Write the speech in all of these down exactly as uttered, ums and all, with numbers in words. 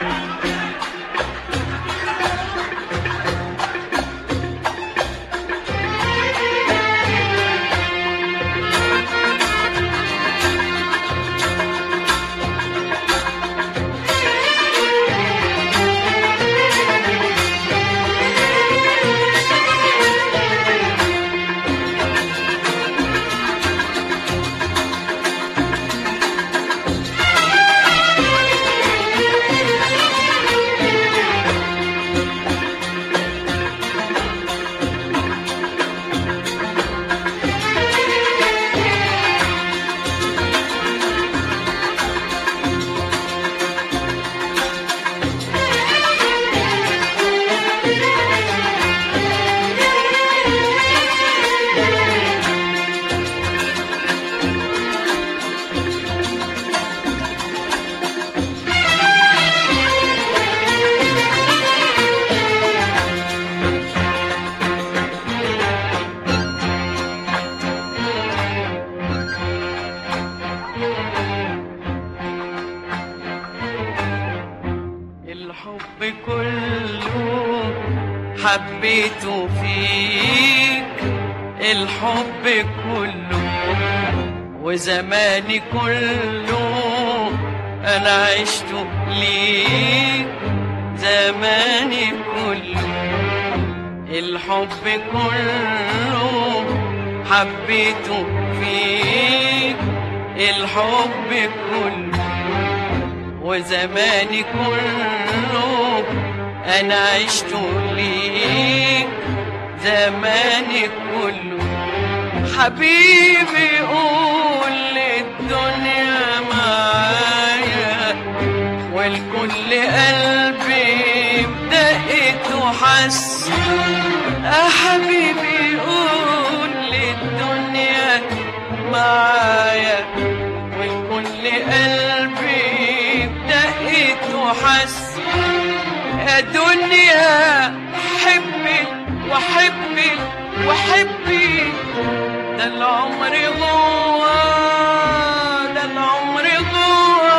الحب كله حبيته فيك، الحب كله وزماني كله أنا عشته ليك، زماني كله الحب كله حبيته فيك، الحب كله وزماني كله أنا عشت ليك، زماني كله حبيبي قول للدنيا معايا، والكل قلبي بدقت وحس، يا حبيبي قول للدنيا معايا، والكل قلبي بدقت وحس، يا دنيا حبي وحبي وحبي، ده العمر جوا، ده العمر جوا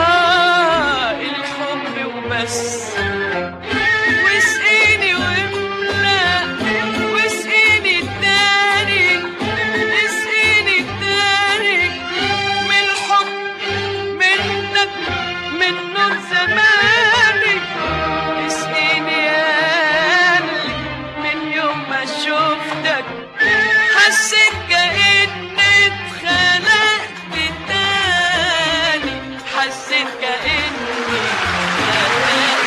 الحب وبس، واسقيني واملأ واسقيني التاني، اسقيني التاني من الحب منك من نور زماني، اسقيني يا قلبي من يوم ما شفتك حسيت كأني اتخلقت تاني، حسيت كأني اتخلقت تاني.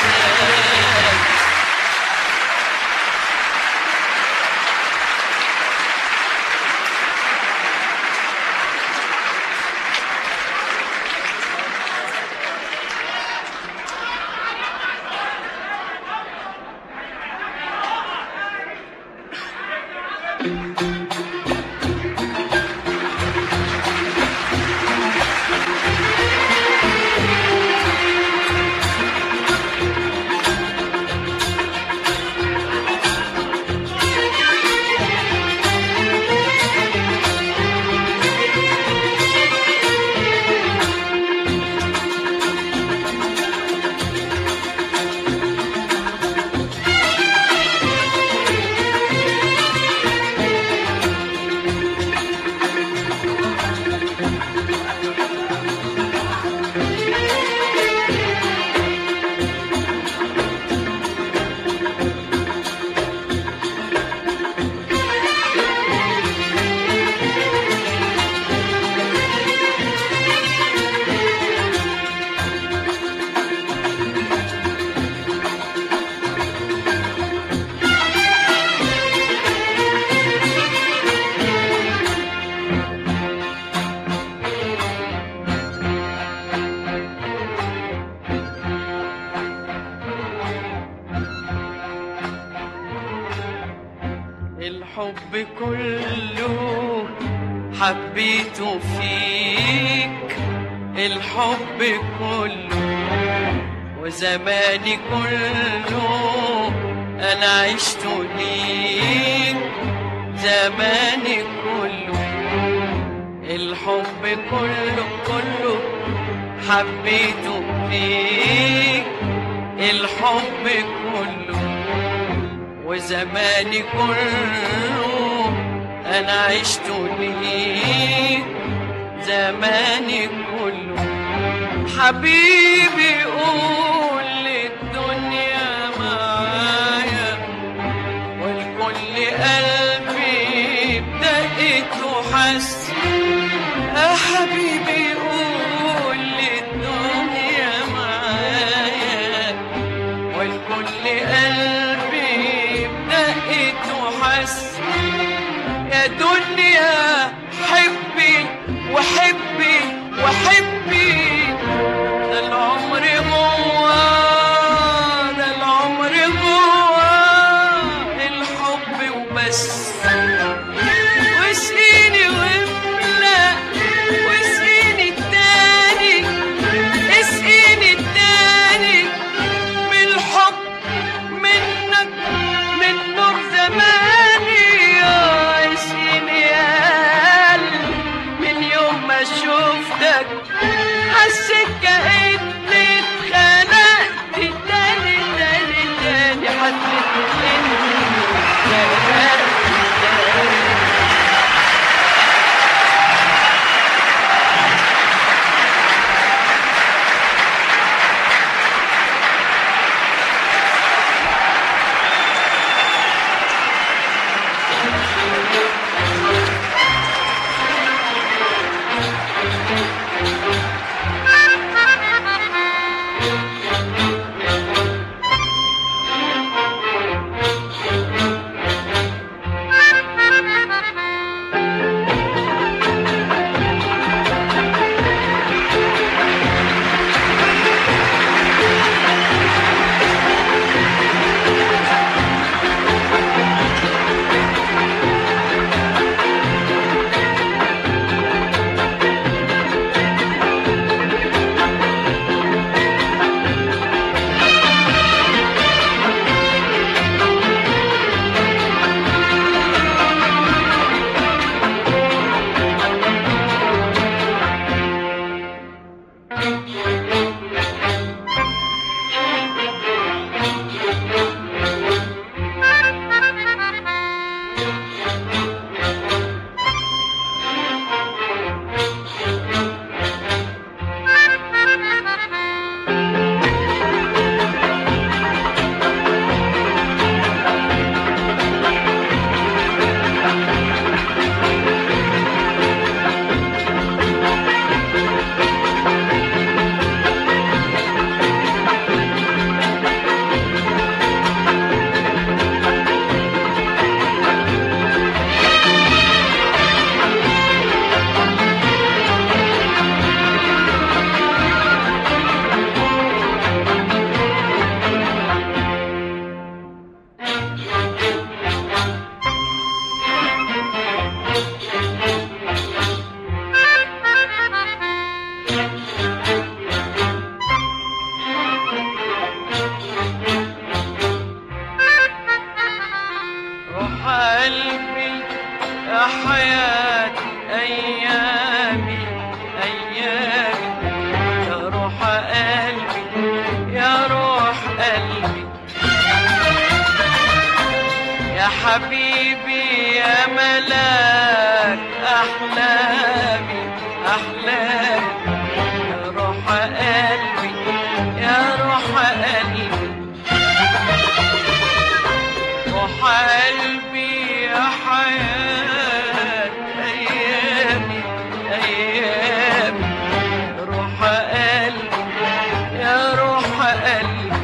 الحب كله حبيته فيك، الحب كله وزماني كله أنا عشت ليك، زماني كله الحب كله كله حبيته فيك، الحب كله وزماني كله أنا عشت ليك زماني كله. حبيبي قول للدنيا معايا والكل قلبي بدقت وحس. يا حبيبي قول للدنيا معايا والكل قلبي بدقت وحس. يا دنيا حبي وحبي وحبي ده العمر جوا ده العمر جوا الحب وبس. واسقيني واملأ واسقيني التاني اسقيني التاني بالحب منك من نور زماني. يا اسقيني يا قلبي من يوم ما شفتك حسيت كأني اتخنقت تاني تاني تاني. حسيت كأني اتخنقت تاني. حبيبي يا ملاك أحلامي أحلامي يا روح قلبي يا روح قلبي روح قلبي يا حياة أيامي أيامي روح قلبي يا روح قلبي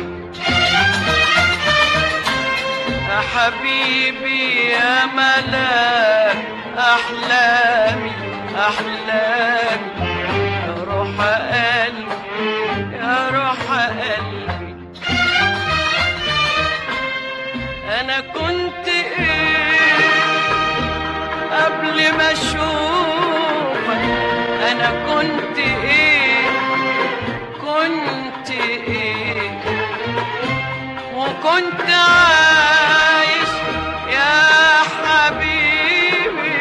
يا حبيبي يا ملاك أحلامي أحلامي يا روح قلبي يا روح قلبي. أنا كنت إيه قبل ما أشوفك أنا كنت إيه كنت إيه وكنت عايش يا حبيبي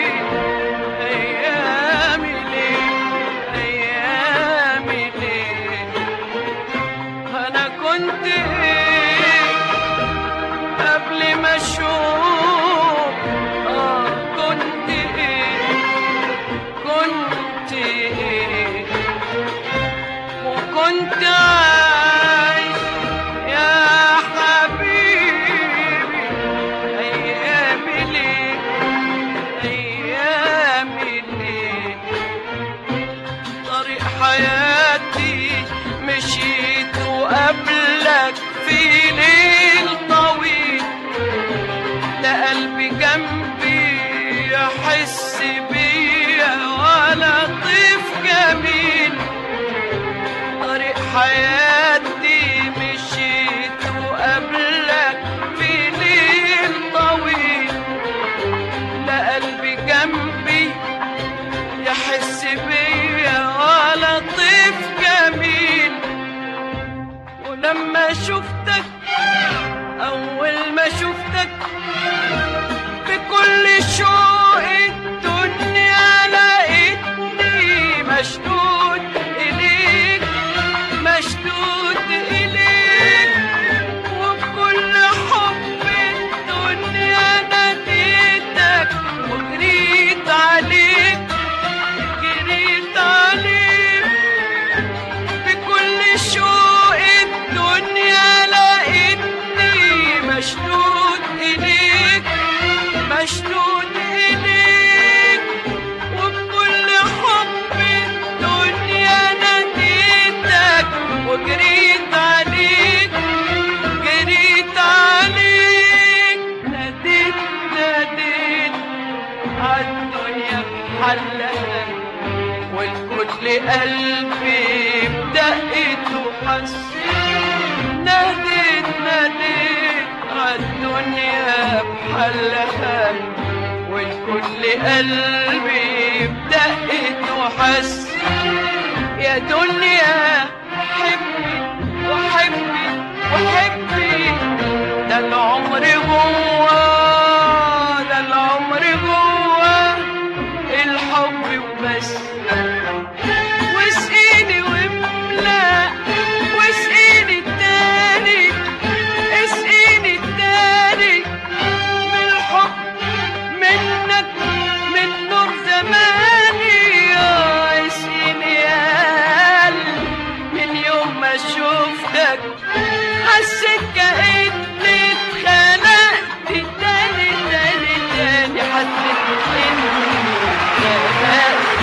أيامي ليه أيامي ليه. أنا كنت إيه قبل ما اشوف اه كنت ايه كنت ايه وكنت عايش يا حبيبي ايامي ليه ايامي ليه طريق حياتي مشيت وقبلك في ليل طويل لا قلبي جنبي يحس بيا ولا طيف جميل طريق حياتي مشيت وقبلك في ليل طويل لا قلبي جنبي يحس بيا ولا طيف جميل ولما شفتك أول ما شفتك بكل شوق الدنيا لقيتني مشدود إليك مشدود إليك وبكل حب الدنيا ناديتك وجريت عليك جريت عليك بكل شوق الدنيا لقيتني مشدود إليك مشدود إليك وبكل حب الدنيا ناديتك وجريت عليك جريت عليك ناديت ناديت عالدنيا بحلها والكل قلبي بدقته حس ناديت ناديت عالدنيا بحلها والكل قلبي بدقته حس يا دنيا حبي وحبي وحبي ده العمر جوا ده العمر جوا الحب وبس واسقيني واملأ واسقيني التاني اسقيني التاني من الحب منك من نور زماني يا اسقيني يا قلبي من يوم ما شفتك حسيت كأني اتخلقت تاني تاني تاني حسيت اني اتخلقت تاني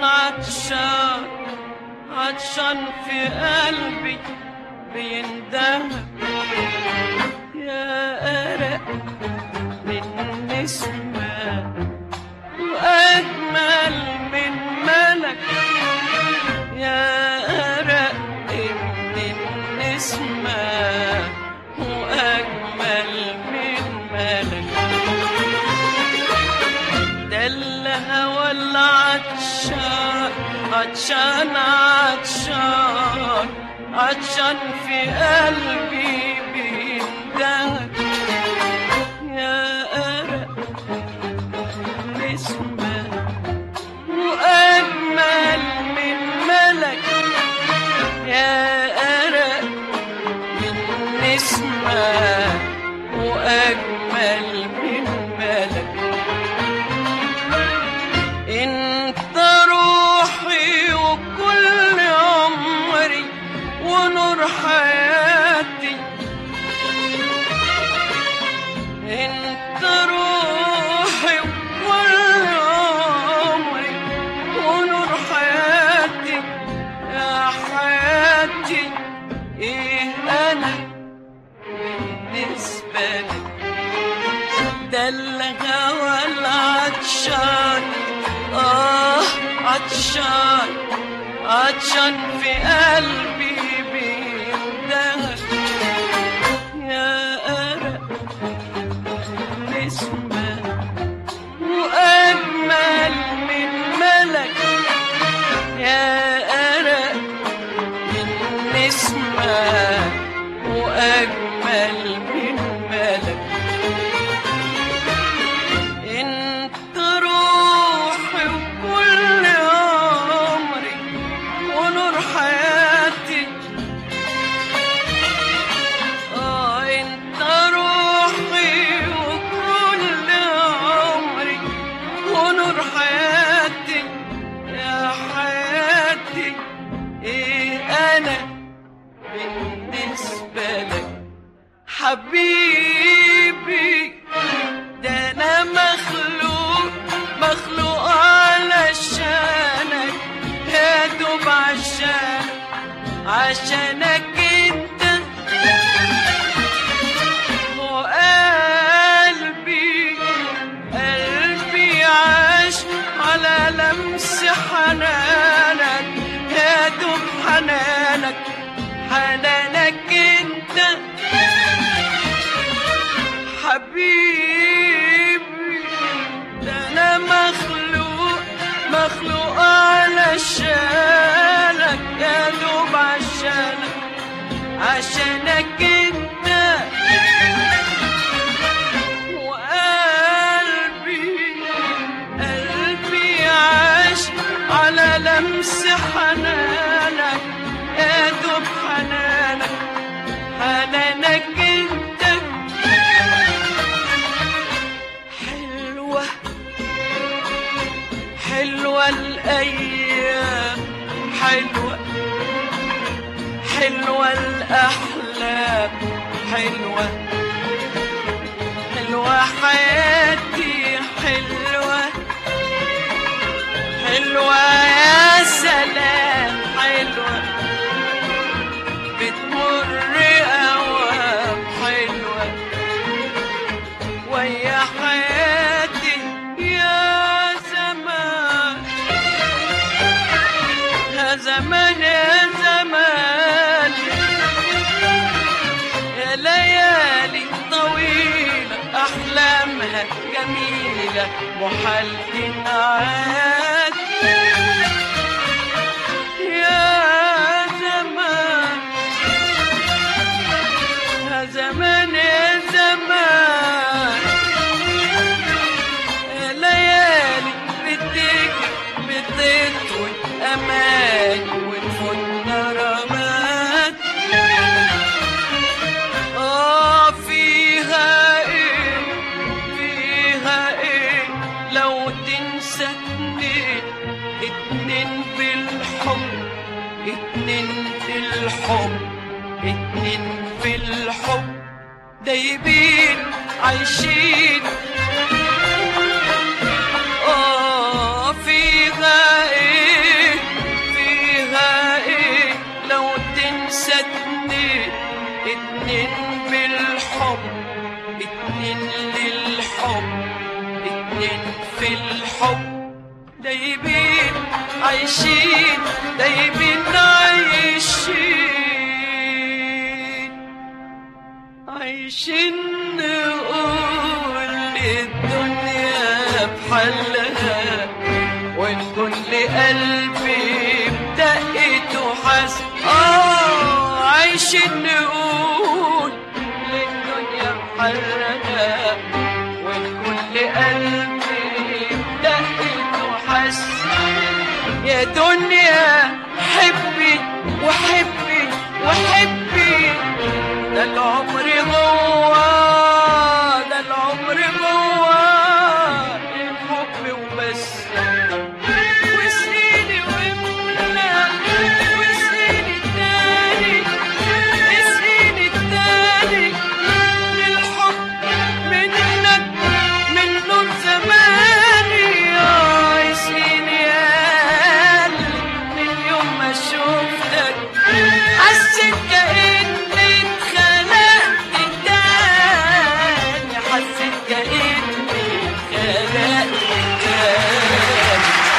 عطشان عطشان في قلبي بيندهك يا أرق من نسمة وأجمل من ملك يا أرق من نسمة وأجمل من ملك ده الهوى العطشان عطشان عطشان عطشان في قلبي بيندهك يا أرق نسمة وأجمل من ملك يا أرق من نسمة وأجمل من ملك انت روحي وكل عمري ونور حياتي انت روحي وكل عمري ونور حياتي يا حياتي ايه انا بالنسبة لك ده الهوى العطشان آه عطشان عطشان في قلبي بيندهك يا أرق نسمة وأجمل من ملك يا أرق من نسمة وأجمل من ملك انت روحي وكل عمري ونور حياتي اه انت روحي وكل عمري ونور حياتي يا حياتي ايه انا بالنسبة لك حبيبي ده انا مخلوق مخلوق علشانك يا دوب عشانك عشانك انت وقلبي قلبي عاش على لمس حنانك يا دوب حنانك حنانك انت حبيبي ده انا مخلوق مخلوق علشانك يا دوب عشانك عشانك انت وقلبي قلبي عاش على لمس حنانك يا دوب حنانك حنانك انت حلوة حلوة الأيام حلوة حلوة الأحلام حلوة حلوة حياتي حلوة حلوة يا سلام حلوة بتمر أوام حلوة ويا حياتي يا زمان يا زمان يا زمان يا ليالي طويلة أحلامها جميلة محال تنعاد يا زمان يا زمان يا زمان يا ليالي بدك بتطول أمان ونفوتنا رماد آه فيها إيه فيها إيه لو تنسى اتنين اتنين بالحب اتنين في الحب اتنين في الحب دايبين عايشين آه فيها إيه عايشين دايمين عايشين عايشين نقول الدنيا بحلها وإن كل قلبي بدقت وحس آه عايشين نقول للدنيا بحلها وإن كل قلبي بدقت وحس يا دنيا حبي وحبي وحبي ده العمر جوا ده العمر جوا الحب وبس واسقيني واملى واسقيني التاني اسقيني التاني للحب منك من نور زماني اه اسقيني يا قلبي من يوم ما شفتك حسيت كأني اتخلقت تاني حسيت كأني اتخلقت تاني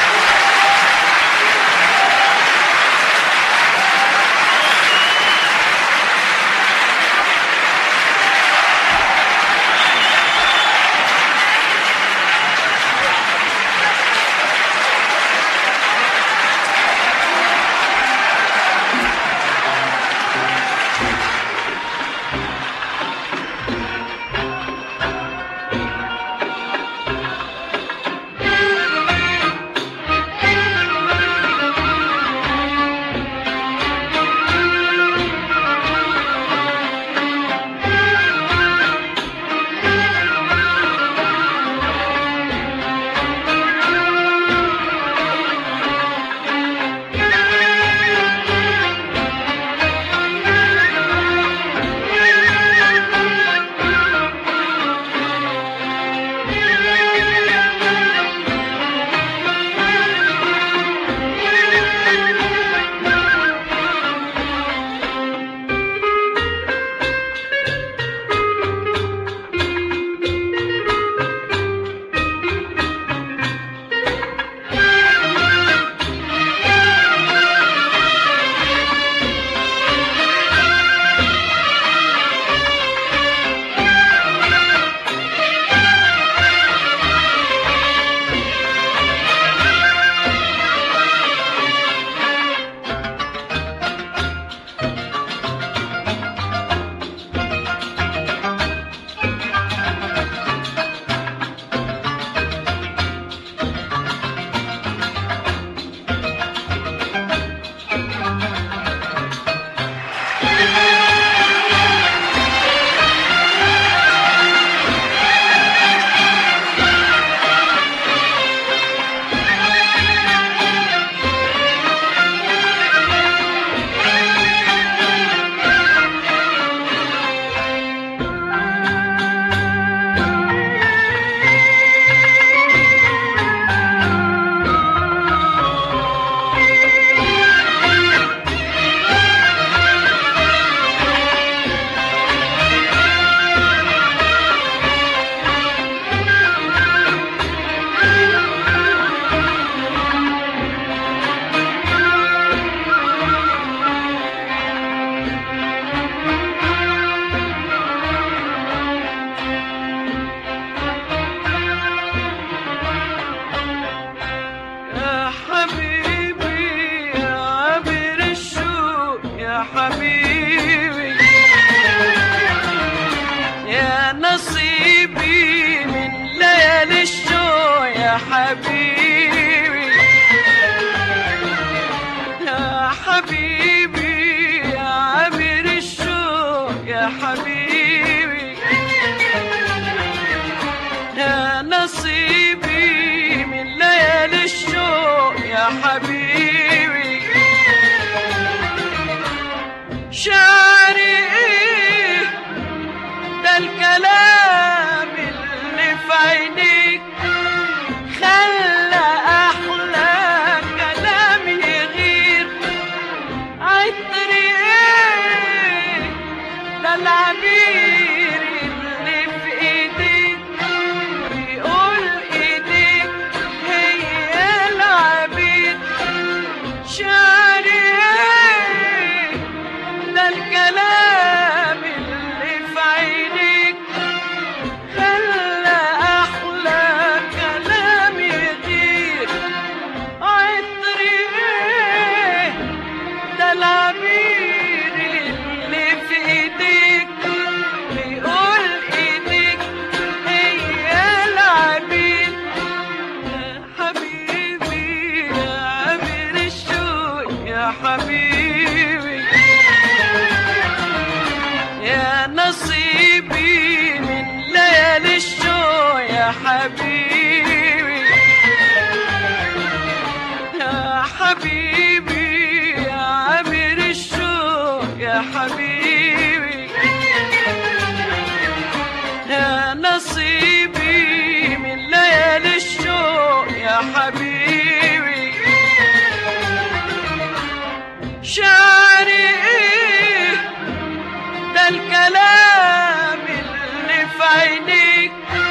حبيبي يا حبيبي يا عابر الشوق يا حبيبي يا نصيبي من ليالي الشوق يا حبيبي شعري ايه ده الكلام اللي في عينيك خلى احلى كلام يغير عطري ايه ده العبير اللي في ايديك بيقول ايديك هي العبير حبيبي يا عامر الشوق يا حبيبي، يا نصيبي من ليالي الشوق يا حبيبي. شعري ايه ده الكلام اللي في عينيك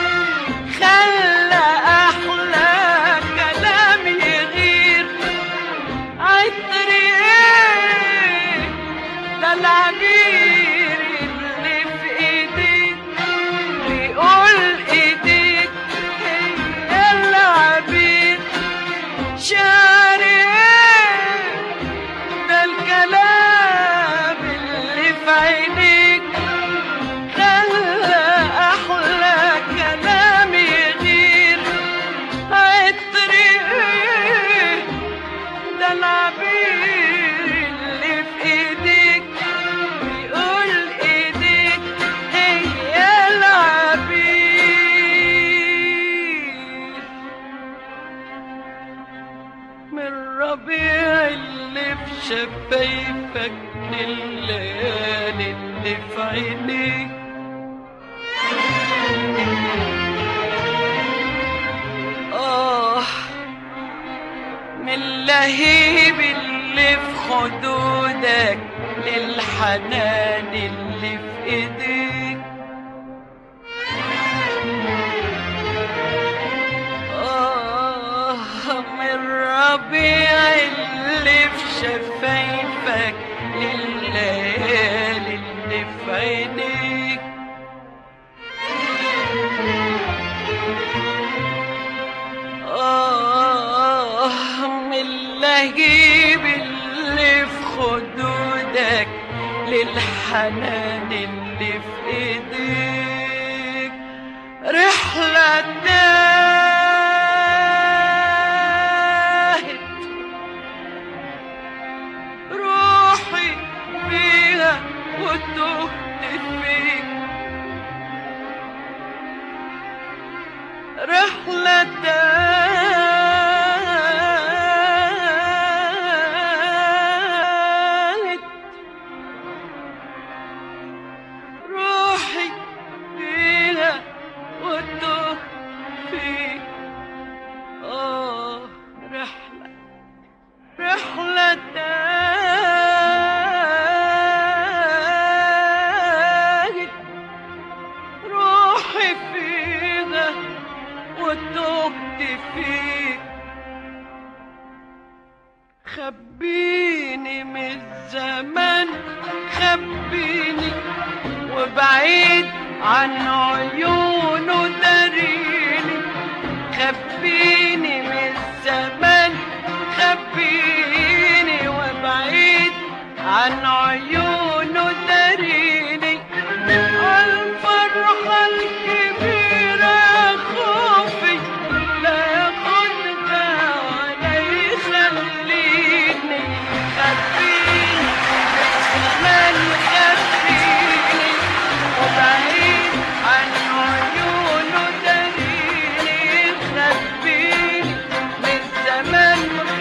خلى احلى كلام يغير. عطري ايه ده العبير اللي في ايديك بيقول ايديك هي العبير. شعري ايه ده الكلام اللي في عينيك خلى احلى كلام يغير. عطري ايه ده العبير اللي في ايديك بيقول ايديك هي العبير. من ربيع اللي في شفايفك لليالي اللي في عينيك، آه من لهيب اللي في خدودك للحنان اللي في ايديك. آه من ربيع اللي في شفايفك لليالي اللي في عينيك. آه من لهيب اللي في خدودك للحنان اللي في ايديك. رحلة تاهت روحي فيها وتهت فيك. رحلة تاهت روحي فيها وتهت فيك. آه رحلة رحلة تاهت روحي فيها وتهت فيك. خبيني من الزمان خبيني وبعيد عن عيونه داريني. خبيني من الزمان خبيني وبعيد عن عيونه داريني. الفرحة الكبيرة خوفي لا ياخدها ولا يخليني. خبيني من الزمان خبيني وبعيد عن عيونه داريني. خبيني من الزمان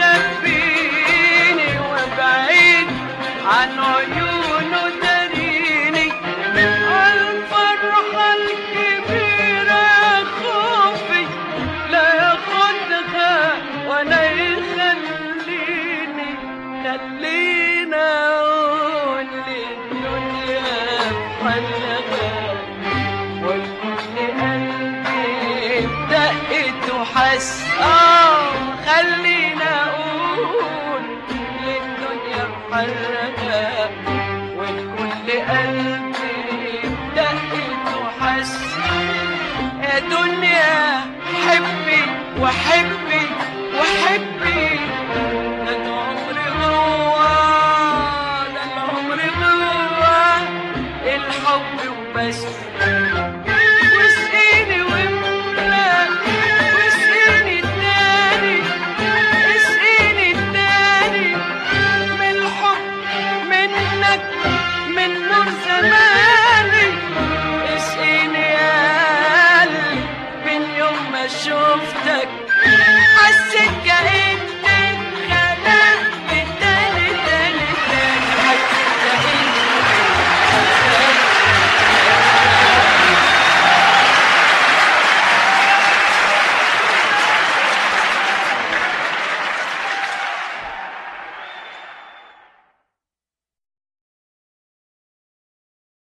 خبيني وبعيد عن عيونه داريني. الفرحة الكبيرة خوفي لا ياخدها ولا يخليني. خلينا اقول للدنيا بحلها والكل قلبي دقت وحس. اه خلينا اقول للدنيا بحلها والكل قلبي دقت وحس. يا دنيا حبي وحبي وحبي ده العمر جوا ده العمر جوا الحب وبس. واسقيني واملا واسقيني التاني اسقيني التاني من الحب منك من نور زماني. اسقيني يا قلبي من يوم ما شفتك حسيت كأني